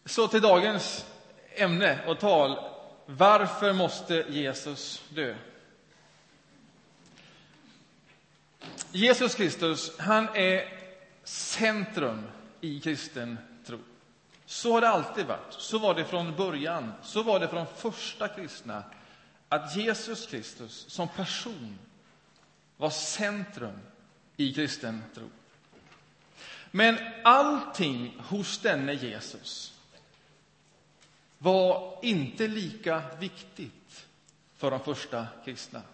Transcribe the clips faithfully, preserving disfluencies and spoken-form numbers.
Så till dagens ämne och tal. Varför måste Jesus dö? Jesus Kristus, han är centrum i kristen tro. Så har det alltid varit. Så var det från början. Så var det från första kristna. Att Jesus Kristus som person var centrum i kristen tro. Men allting hos denne Jesus var inte lika viktigt för de första kristna.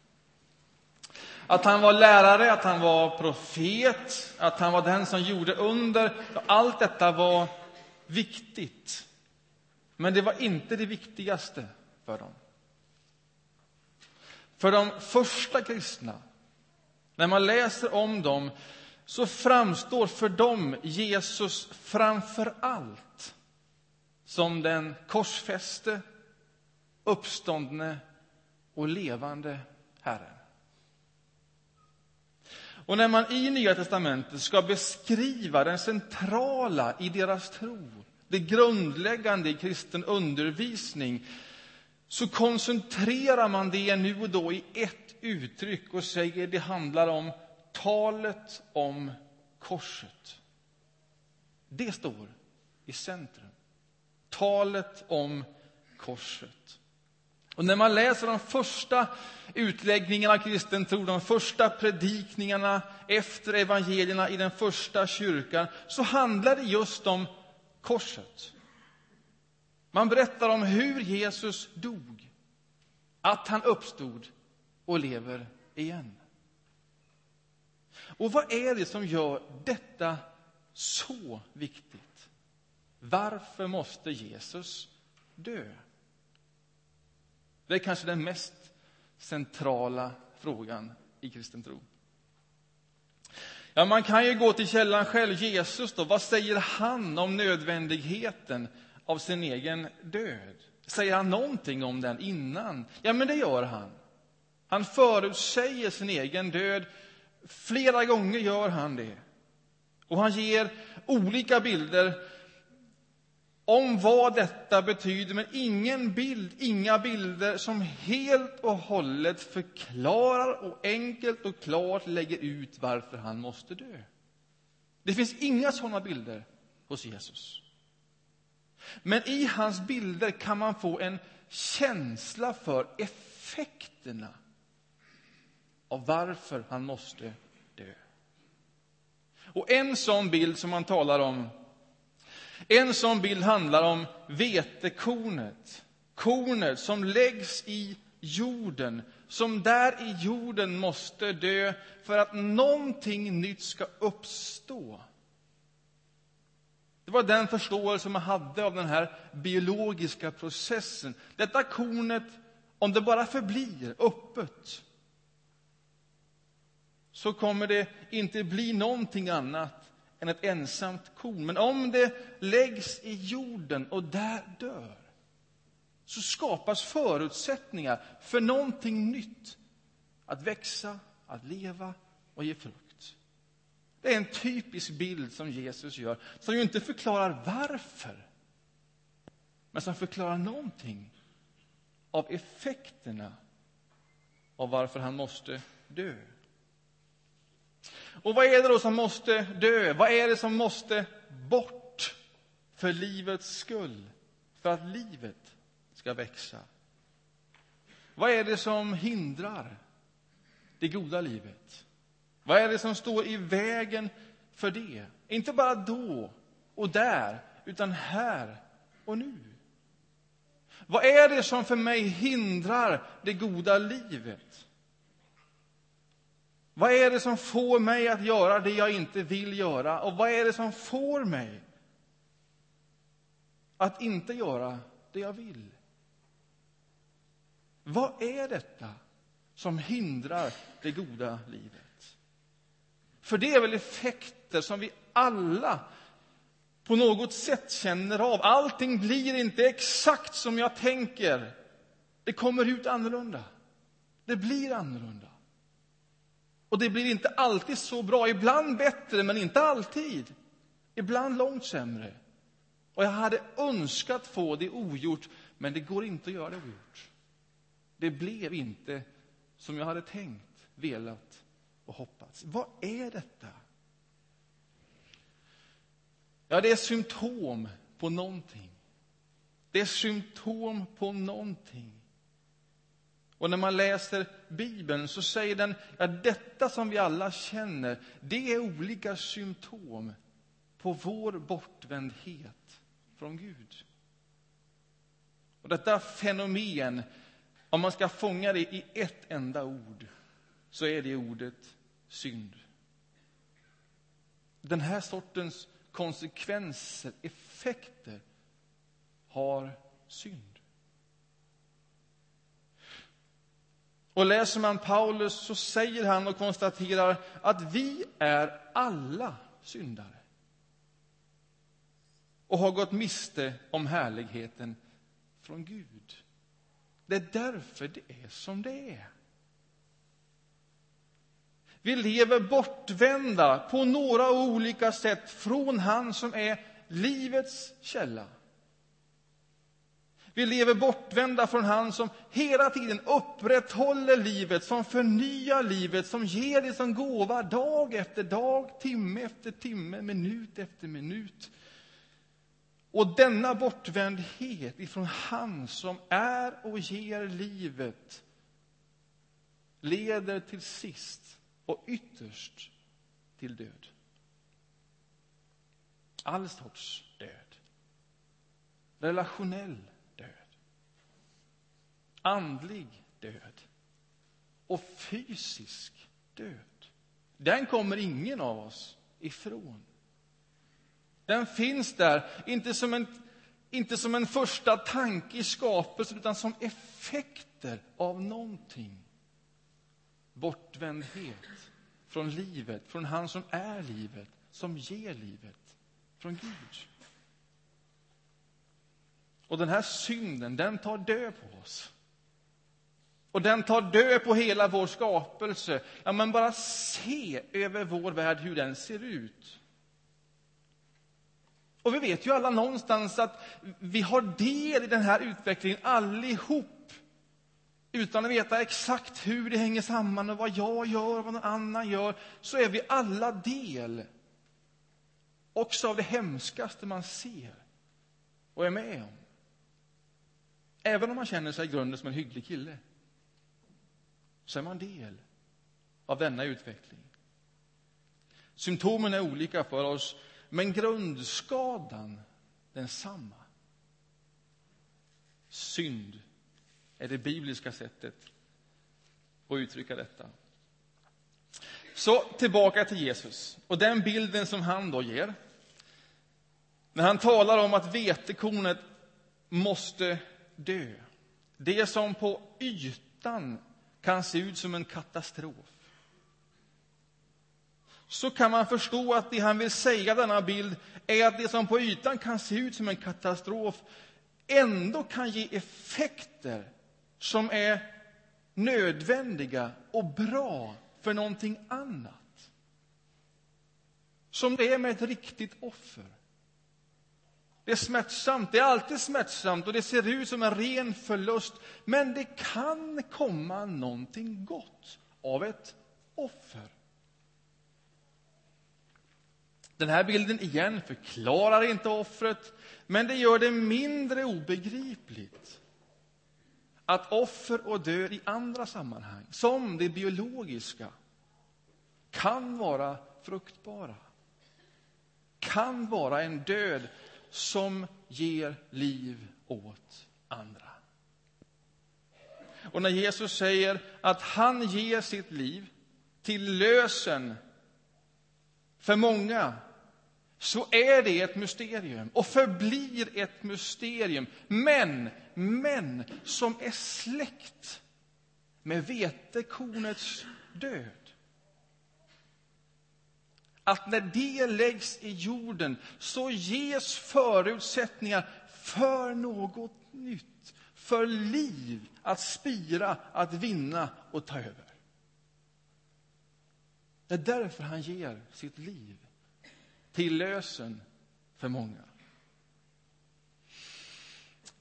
Att han var lärare, att han var profet, att han var den som gjorde under. Allt detta var viktigt. Men det var inte det viktigaste för dem. För de första kristna, när man läser om dem, så framstår för dem Jesus framför allt som den korsfäste, uppståndne och levande Herren. Och när man i Nya testamentet ska beskriva den centrala i deras tro, det grundläggande i kristen undervisning, så koncentrerar man det nu och då i ett uttryck och säger det handlar om talet om korset. Det står i centrum. Talet om korset. Och när man läser de första utläggningarna av kristen tro, de första predikningarna efter evangelierna i den första kyrkan, så handlar det just om korset. Man berättar om hur Jesus dog, att han uppstod och lever igen. Och vad är det som gör detta så viktigt? Varför måste Jesus dö? Det är kanske den mest centrala frågan i kristen tro. Ja, man kan ju gå till källan själv. Jesus då, vad säger han om nödvändigheten av sin egen död? Säger han någonting om den innan? Ja, men det gör han. Han förutsäger sin egen död. Flera gånger gör han det. Och han ger olika bilder om vad detta betyder, men ingen bild, inga bilder som helt och hållet förklarar och enkelt och klart lägger ut varför han måste dö. Det finns inga sådana bilder hos Jesus. Men i hans bilder kan man få en känsla för effekterna av varför han måste dö. Och en sån bild som man talar om, en sån bild handlar om vetekornet. Kornet som läggs i jorden, som där i jorden måste dö för att någonting nytt ska uppstå. Det var den förståelse man hade av den här biologiska processen. Detta kornet, om det bara förblir öppet, så kommer det inte bli någonting annat än ett ensamt korn. Men om det läggs i jorden och där dör, så skapas förutsättningar för någonting nytt att växa, att leva och ge frukt. Det är en typisk bild som Jesus gör, som ju inte förklarar varför, men som förklarar någonting av effekterna av varför han måste dö. Och vad är det då som måste dö? Vad är det som måste bort för livets skull? För att livet ska växa? Vad är det som hindrar det goda livet? Vad är det som står i vägen för det? Inte bara då och där, utan här och nu. Vad är det som för mig hindrar det goda livet? Vad är det som får mig att göra det jag inte vill göra? Och vad är det som får mig att inte göra det jag vill? Vad är detta som hindrar det goda livet? För det är väl effekter som vi alla på något sätt känner av. Allting blir inte exakt som jag tänker. Det kommer ut annorlunda. Det blir annorlunda. Och det blir inte alltid så bra. Ibland bättre, men inte alltid. Ibland långt sämre. Och Och jag hade önskat få det ogjort, men det går inte att göra det ogjort. Det blev inte som jag hade tänkt, velat och hoppats. Vad är detta? Ja, det är symptom på någonting. Det är symptom på någonting. Och när man läser Bibeln så säger den att detta som vi alla känner, det är olika symptom på vår bortvändhet från Gud. Och detta fenomen, om man ska fånga det i ett enda ord, så är det ordet synd. Den här sortens konsekvenser, effekter, har synd. Och läser man Paulus så säger han och konstaterar att vi är alla syndare och har gått miste om härligheten från Gud. Det är därför det är som det är. Vi lever bortvända på några olika sätt från han som är livets källa. Vi lever bortvända från han som hela tiden upprätthåller livet, som förnyar livet, som ger det som gåva dag efter dag, timme efter timme, minut efter minut. Och denna bortvändhet ifrån han som är och ger livet leder till sist och ytterst till död. All sorts död. Relationell död. Andlig död. Och fysisk död. Den kommer ingen av oss ifrån. Den finns där, inte som en, inte som en första tanke i skapelsen, utan som effekter av någonting. Bortvändhet från livet, från han som är livet, som ger livet, från Gud. Och den här synden, den tar död på oss. Och den tar död på hela vår skapelse. Ja, men bara se över vår värld hur den ser ut. Och vi vet ju alla någonstans att vi har del i den här utvecklingen allihop. Utan att veta exakt hur det hänger samman och vad jag gör och vad någon annan gör, så är vi alla del. Också av det hemskaste man ser och är med om. Även om man känner sig i grunden som en hygglig kille, så är man del av denna utveckling. Symptomen är olika för oss, men grundskadan densamma. Synd är det bibliska sättet att uttrycka detta. Så tillbaka till Jesus och den bilden som han då ger. När han talar om att vetekornet måste dö. Det som på ytan kan se ut som en katastrof. Så kan man förstå att det han vill säga denna bild är att det som på ytan kan se ut som en katastrof ändå kan ge effekter som är nödvändiga och bra för någonting annat. Som det är med ett riktigt offer. Det är smärtsamt, det är alltid smärtsamt och det ser ut som en ren förlust. Men det kan komma någonting gott av ett offer. Den här bilden igen förklarar inte offret, men det gör det mindre obegripligt att offer och död i andra sammanhang, som det biologiska, kan vara fruktbara. Kan vara en död som ger liv åt andra. Och när Jesus säger att han ger sitt liv till lösen för många, så är det ett mysterium och förblir ett mysterium. Men, men som är släkt med vetekornets död. Att när det läggs i jorden så ges förutsättningar för något nytt. För liv att spira, att vinna och ta över. Det är därför han ger sitt liv till lösen för många.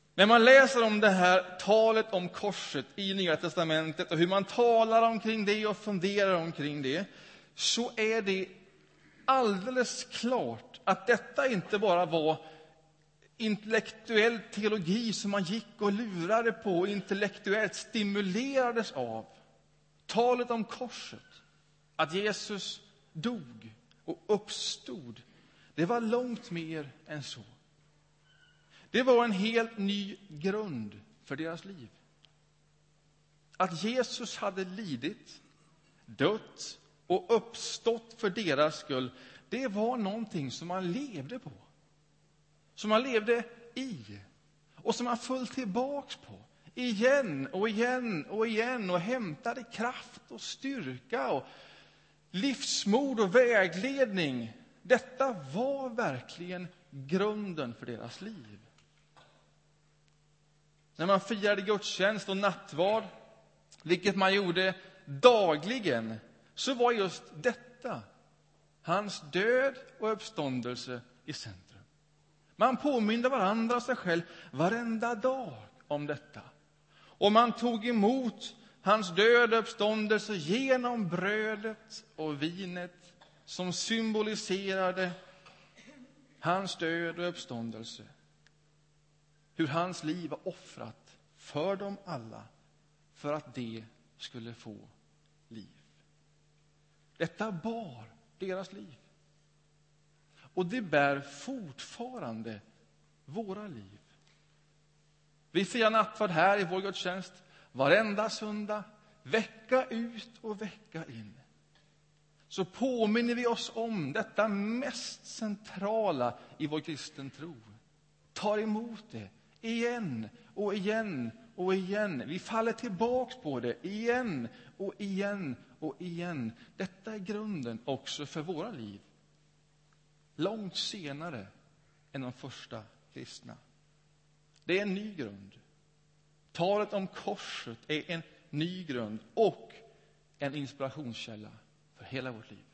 När man läser om det här talet om korset i Nya testamentet och hur man talar omkring det och funderar omkring det, så är det alldeles klart att detta inte bara var intellektuell teologi som man gick och lurade på och intellektuellt stimulerades av. Talet om korset, att Jesus dog och uppstod, det var långt mer än så. Det var en helt ny grund för deras liv. Att Jesus hade lidit, dött och uppstått för deras skull, det var någonting som man levde på. Som man levde i. Och som man föll tillbaks på. Igen och igen och igen. Och hämtade kraft och styrka och livsmod och vägledning. Detta var verkligen grunden för deras liv. När man firade gudstjänst och nattvard, vilket man gjorde dagligen, så var just detta, hans död och uppståndelse, i centrum. Man påminde varandra och sig själv varenda dag om detta. Och man tog emot hans död och uppståndelse genom brödet och vinet som symboliserade hans död och uppståndelse. Hur hans liv var offrat för dem alla för att det skulle få liv. Detta bar deras liv. Och det bär fortfarande våra liv. Vi firar nattvard här i vår gudstjänst varenda söndag, vecka ut och vecka in. Så påminner vi oss om detta mest centrala i vår kristen tro. Tar emot det igen och igen och igen. Vi faller tillbaks på det igen och igen och igen. Detta är grunden också för våra liv. Långt senare än de första kristna. Det är en ny grund. Talet om korset är en ny grund och en inspirationskälla för hela vårt liv.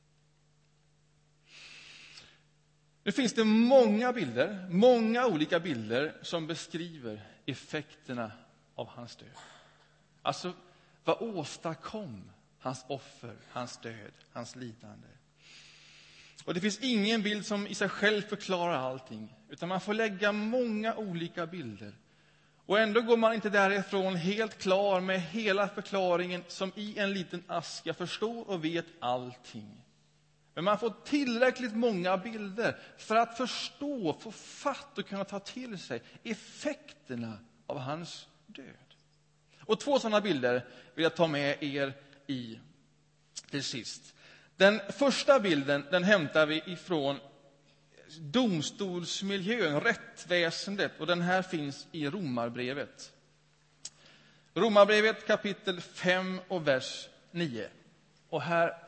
Nu finns det många bilder, många olika bilder som beskriver effekterna av hans död. Alltså, vad åstadkom hans offer, hans död, hans lidande? Och det finns ingen bild som i sig själv förklarar allting, utan man får lägga många olika bilder. Och ändå går man inte därifrån helt klar med hela förklaringen som i en liten ask. Jag förstår och vet allting. Men man får tillräckligt många bilder för att förstå, få fatt och kunna ta till sig effekterna av hans död. Och två sådana bilder vill jag ta med er i till sist. Den första bilden, den hämtar vi ifrån domstolsmiljön, rättsväsendet, och den här finns i Romarbrevet. Romarbrevet kapitel fem och vers nio. Och här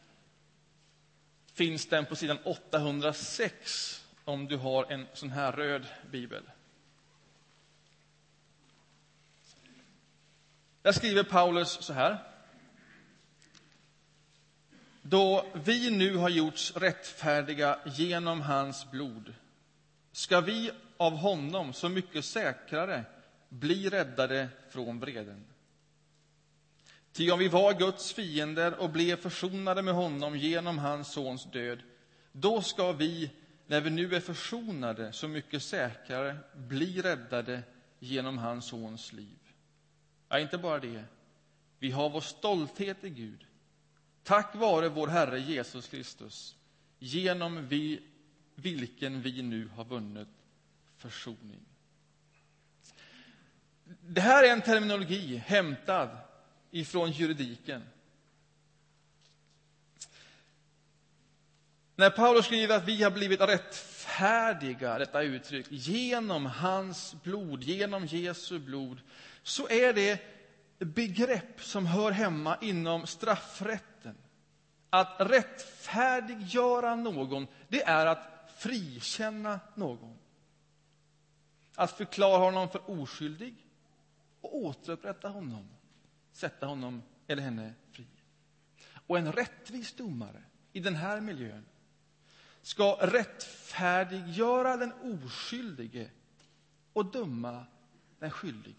finns den på sidan åttahundrasex om du har en sån här röd bibel. Där skriver Paulus så här: då vi nu har gjorts rättfärdiga genom hans blod, ska vi av honom så mycket säkrare bli räddade från vreden. Ty om vi var Guds fiender och blev försonade med honom genom hans sons död, då ska vi, när vi nu är försonade, så mycket säkrare bli räddade genom hans sons liv. Ja, inte bara det. Vi har vår stolthet i Gud, tack vare vår Herre Jesus Kristus, genom vi, vilken vi nu har vunnit försoning. Det här är en terminologi hämtad ifrån juridiken. När Paulus skriver att vi har blivit rättfärdiga, detta uttryck, genom hans blod, genom Jesu blod, så är det begrepp som hör hemma inom straffrätten. Att rättfärdiggöra någon, det är att frikänna någon. Att förklara honom för oskyldig och återupprätta honom. Sätta honom eller henne fri. Och en rättvis domare i den här miljön ska rättfärdiggöra den oskyldige och döma den skyldige.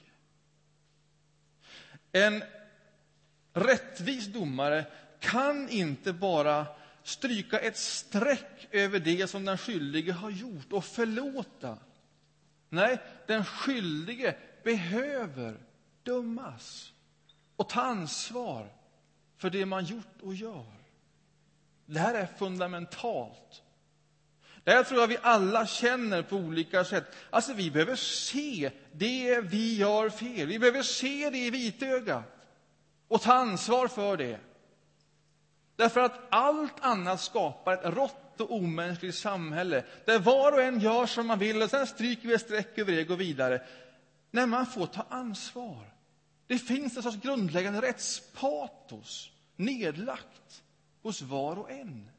En rättvis domare kan inte bara stryka ett streck över det som den skyldige har gjort och förlåta. Nej, den skyldige behöver dömas och ta ansvar för det man gjort och gör. Det här är fundamentalt. Det här tror jag vi alla känner på olika sätt. Alltså vi behöver se det vi gör fel. Vi behöver se det i vitögat och ta ansvar för det. Därför att allt annat skapar ett rått och omänskligt samhälle där var och en gör som man vill och sen stryker vi ett streck över det och går vidare. När man får ta ansvar. Det finns en sorts grundläggande rättspatos nedlagt hos var och en.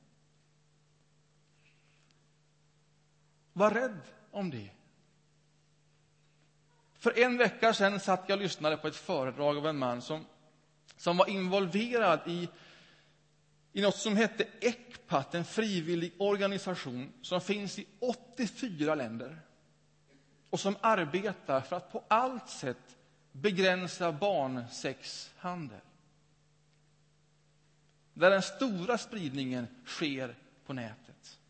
Var rädd om det. För en vecka sedan satt jag och lyssnade på ett föredrag av en man som, som var involverad i, i något som hette E C P A T, en frivillig organisation som finns i åttiofyra länder och som arbetar för att på allt sätt begränsa barnsexhandel. Där den stora spridningen sker på nätet.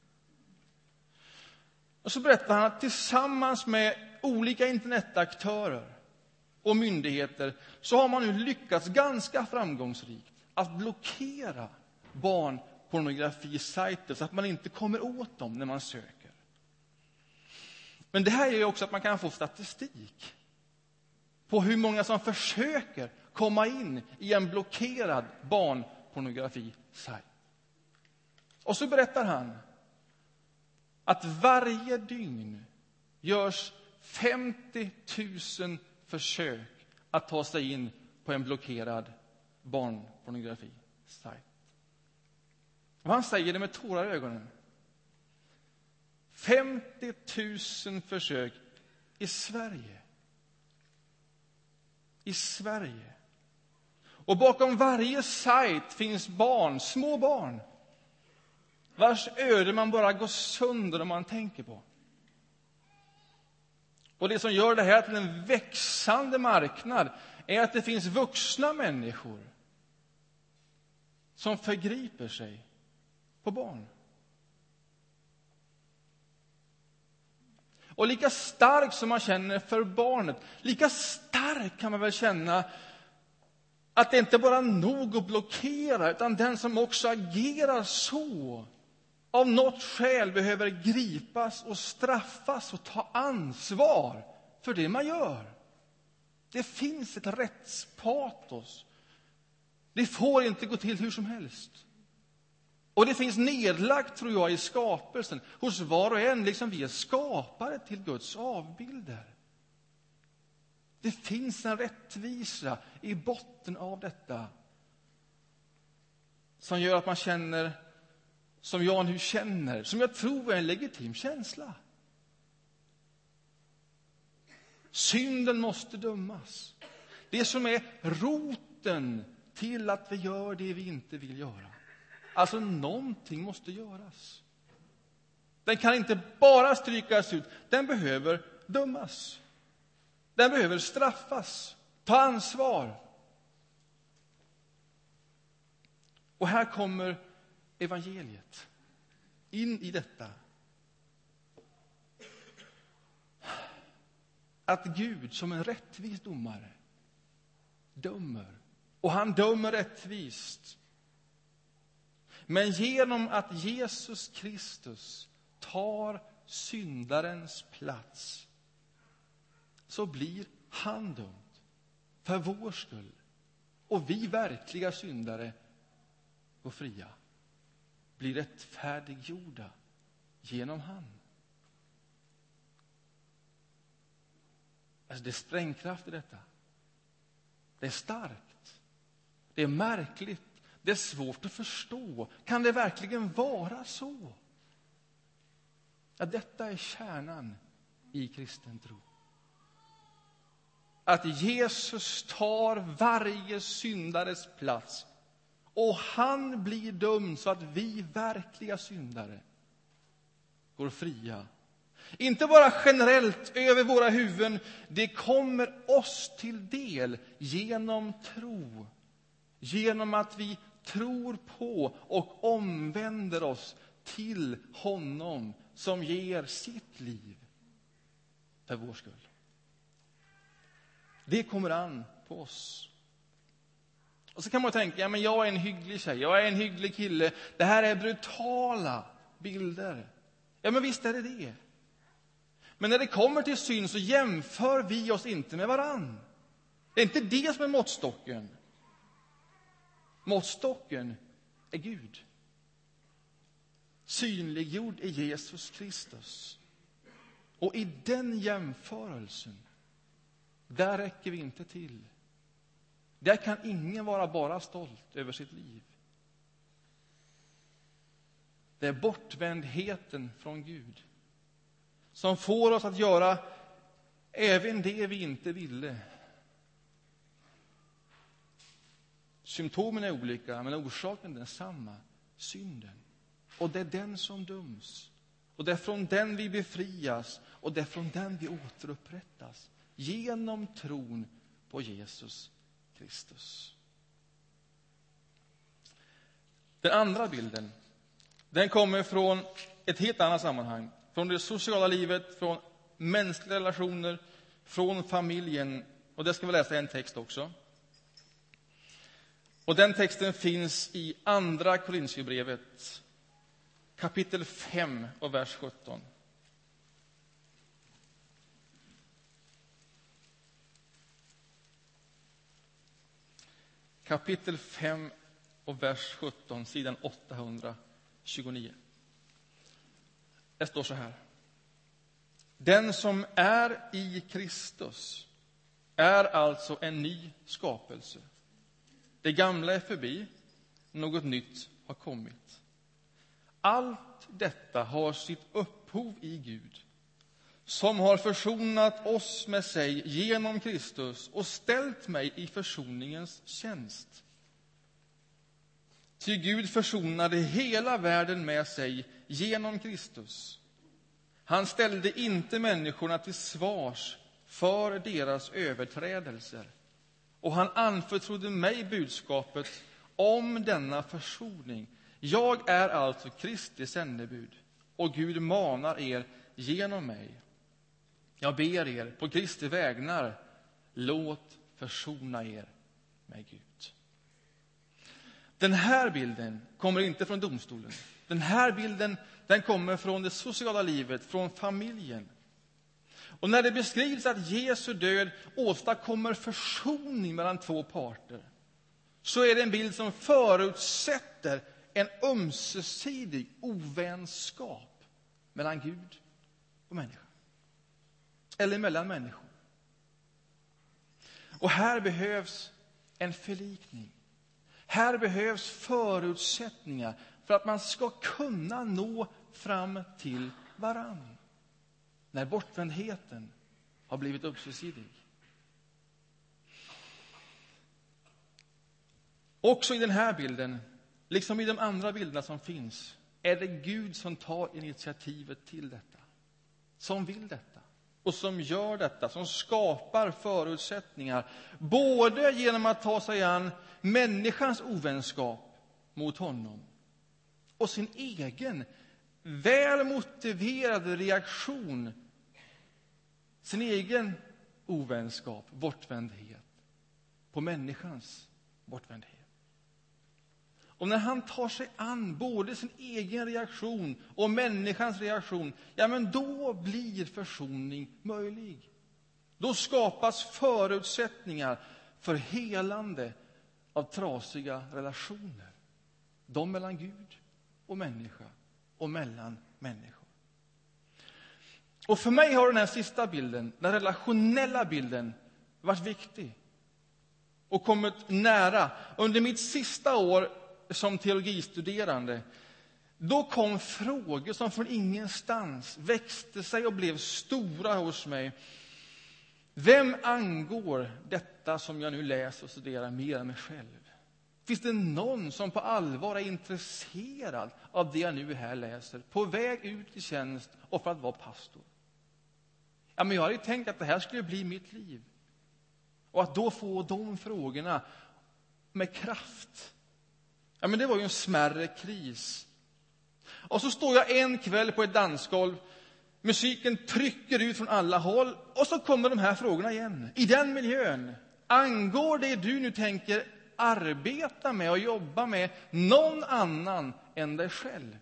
Och så berättar han att tillsammans med olika internetaktörer och myndigheter så har man nu lyckats ganska framgångsrikt att blockera barnpornografisajter så att man inte kommer åt dem när man söker. Men det här gör ju också att man kan få statistik på hur många som försöker komma in i en blockerad barnpornografisajt. Och så berättar han att varje dygn görs femtio tusen försök att ta sig in på en blockerad barnpornografisajt. Och han säger det med tårar i ögonen. femtio tusen försök i Sverige. I Sverige. Och bakom varje sajt finns barn, små barn, vars öde man bara går sönder om man tänker på. Och det som gör det här till en växande marknad är att det finns vuxna människor som förgriper sig på barn. Och lika starkt som man känner för barnet, lika starkt kan man väl känna att det inte bara är nog att blockera, utan den som också agerar så av något skäl behöver gripas och straffas och ta ansvar för det man gör. Det finns ett rättspatos. Det får inte gå till hur som helst. Och det finns nedlagt, tror jag, i skapelsen hos var och en, liksom vi är skapare till Guds avbilder. Det finns en rättvisa i botten av detta som gör att man känner som jag nu känner, som jag tror är en legitim känsla. Synden måste dömas. Det som är roten till att vi gör det vi inte vill göra. Alltså någonting måste göras. Den kan inte bara strykas ut. Den behöver dömas. Den behöver straffas. Ta ansvar. Och här kommer evangeliet in i detta. Att Gud som en rättvis domare dömer. Och han dömer rättvist. Men genom att Jesus Kristus tar syndarens plats så blir han dömd för vår skull. Och vi verkliga syndare och fria blir rättfärdiggjorda genom han. Alltså det är sprängkraft i detta. Det är starkt. Det är märkligt. Det är svårt att förstå. Kan det verkligen vara så? Ja, detta är kärnan i kristen tro. Att Jesus tar varje syndares plats. Och han blir dömd så att vi verkliga syndare går fria. Inte bara generellt över våra huvuden. Det kommer oss till del genom tro. Genom att vi tror på och omvänder oss till honom som ger sitt liv för vår skull. Det kommer an på oss. Och så kan man tänka, ja, men jag är en hygglig tjej, jag är en hygglig kille. Det här är brutala bilder. Ja, men visst är det det. Men när det kommer till synd så jämför vi oss inte med varann. Det är inte det som är måttstocken. Måttstocken är Gud. Synliggjord är Jesus Kristus. Och i den jämförelsen, där räcker vi inte till. Där kan ingen vara bara stolt över sitt liv. Det är bortvändheten från Gud som får oss att göra även det vi inte ville. Symptomen är olika, men orsaken är densamma. Synden. Och det är den som döms. Och det är från den vi befrias. Och det är från den vi återupprättas. Genom tron på Jesus Kristus. Den andra bilden, den kommer från ett helt annat sammanhang. Från det sociala livet, från mänskliga relationer, från familjen. Och det ska vi läsa en text också. Och den texten finns i andra Korinthierbrevet, kapitel fem och vers sjutton. Kapitel fem och vers sjutton, sidan åttahundratjugonio. Det står så här. Den som är i Kristus är alltså en ny skapelse. Det gamla är förbi, något nytt har kommit. Allt detta har sitt upphov i Gud, som har försonat oss med sig genom Kristus och ställt mig i försoningens tjänst. Ty Gud försonade hela världen med sig genom Kristus. Han ställde inte människorna till svars för deras överträdelser. Och han anförtrodde mig budskapet om denna försoning. Jag är alltså Kristi sändebud, och Gud manar er genom mig. Jag ber er på Kristi vägnar, låt försona er med Gud. Den här bilden kommer inte från domstolen. Den här bilden, den kommer från det sociala livet, från familjen. Och när det beskrivs att Jesu död åstadkommer försoning mellan två parter, så är det en bild som förutsätter en ömsesidig ovänskap mellan Gud och människa. Eller mellan människor. Och här behövs en förlikning. Här behövs förutsättningar för att man ska kunna nå fram till varann. När bortvändheten har blivit ömsesidig. Också i den här bilden, liksom i de andra bilderna som finns, är det Gud som tar initiativet till detta. Som vill detta. Och som gör detta, som skapar förutsättningar. Både genom att ta sig an människans ovänskap mot honom. Och sin egen väl motiverade reaktion. Sin egen ovänskap, bortvändhet. På människans bortvändhet. Och när han tar sig an både sin egen reaktion och människans reaktion, ja, men då blir försoning möjlig. Då skapas förutsättningar för helande av trasiga relationer. De mellan Gud och människa och mellan människor. Och för mig har den här sista bilden, den relationella bilden, varit viktig. Och kommit nära. Under mitt sista år som teologistuderande, då kom frågor som från ingenstans växte sig och blev stora hos mig. Vem angår detta som jag nu läser och studerar mer än mig själv? Finns det någon som på allvar är intresserad av det jag nu här läser, på väg ut i tjänst och för att vara pastor? Ja, men jag hade ju tänkt att det här skulle bli mitt liv. Och att då få de frågorna med kraft. Ja, men det var ju en smärre kris. Och så står jag en kväll på ett dansgolv. Musiken trycker ut från alla håll. Och så kommer de här frågorna igen. I den miljön. Angår det du nu tänker arbeta med och jobba med någon annan än dig själv?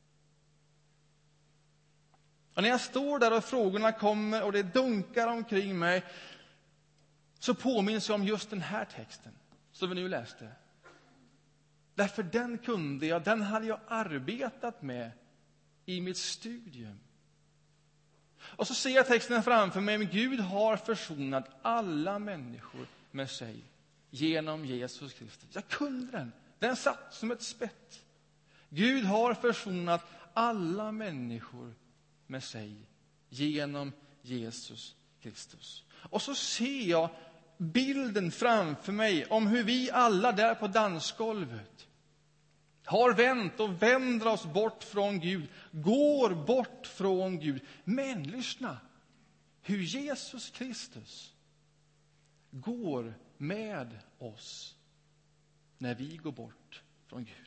Och när jag står där och frågorna kommer och det dunkar omkring mig, så påminns jag om just den här texten som vi nu läste. Därför den kunde jag, den hade jag arbetat med i mitt studium. Och så ser jag texten framför mig. Men Gud har försonat alla människor med sig genom Jesus Kristus. Jag kunde den. Den satt som ett spett. Gud har försonat alla människor med sig genom Jesus Kristus. Och så ser jag bilden framför mig om hur vi alla där på dansgolvet har vänt och vänder oss bort från Gud, går bort från Gud. Men lyssna, hur Jesus Kristus går med oss när vi går bort från Gud.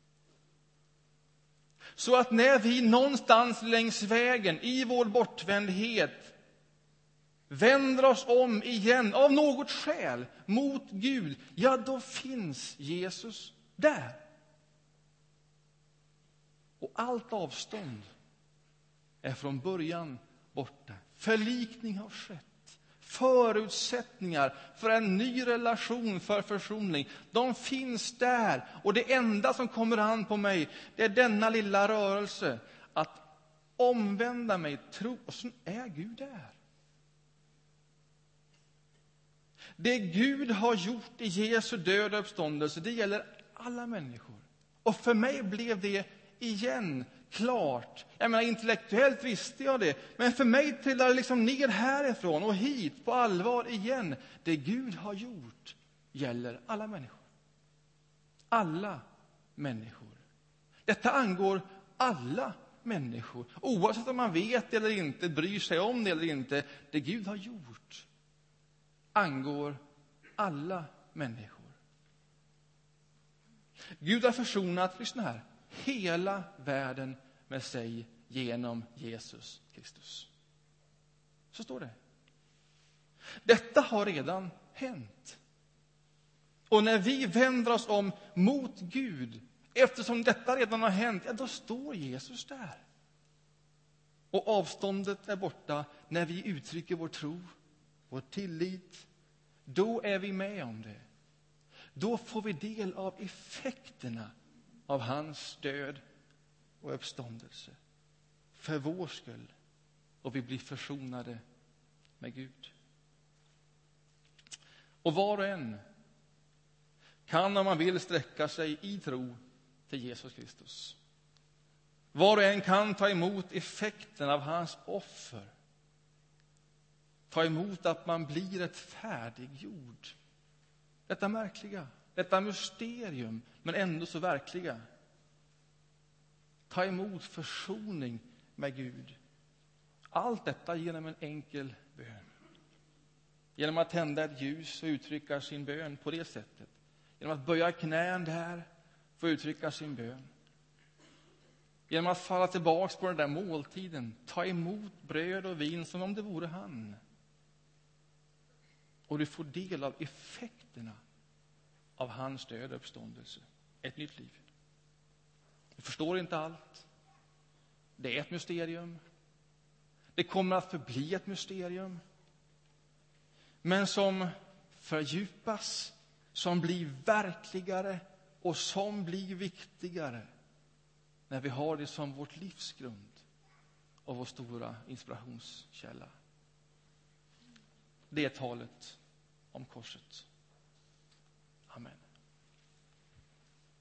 Så att när vi någonstans längs vägen i vår bortvändhet vänder oss om igen av något skäl mot Gud, ja, då finns Jesus där. Och allt avstånd är från början borta. Förlikning har skett. Förutsättningar för en ny relation, för försoning, de finns där. Och det enda som kommer an på mig, det är denna lilla rörelse. Att omvända mig, tro, och så är Gud där. Det Gud har gjort i Jesu död och uppståndelse, det gäller alla människor. Och för mig blev det igen klart. Jag menar, intellektuellt visste jag det, men för mig trillar det liksom ner härifrån och hit på allvar igen. Det Gud har gjort gäller alla människor. Alla människor. Detta angår alla människor, oavsett om man vet eller inte, bryr sig om det eller inte. Det Gud har gjort angår alla människor. Gud har försonat, lyssna här, hela världen med sig genom Jesus Kristus. Så står det. Detta har redan hänt. Och när vi vänder oss om mot Gud, eftersom detta redan har hänt, ja, då står Jesus där. Och avståndet är borta när vi uttrycker vår tro, vår tillit. Då är vi med om det. Då får vi del av effekterna av hans död och uppståndelse för vår skull, och vi blir försonade med Gud. Och var och en kan, om man vill, sträcka sig i tro till Jesus Kristus. Var och en kan ta emot effekten av hans offer. Ta emot att man blir ett färdiggjord. Detta märkliga, detta mysterium, men ändå så verkliga. Ta emot försoning med Gud. Allt detta genom en enkel bön. Genom att tända ett ljus och uttrycka sin bön på det sättet. Genom att böja knän där för att uttrycka sin bön. Genom att falla tillbaks på den där måltiden. Ta emot bröd och vin som om det vore han. Och du får del av effekterna av hans död och uppståndelse. Ett nytt liv. Du förstår inte allt. Det är ett mysterium. Det kommer att förbli ett mysterium. Men som fördjupas, som blir verkligare och som blir viktigare när vi har det som vårt livsgrund och vår stora inspirationskälla. Det är talet om korset. Amen.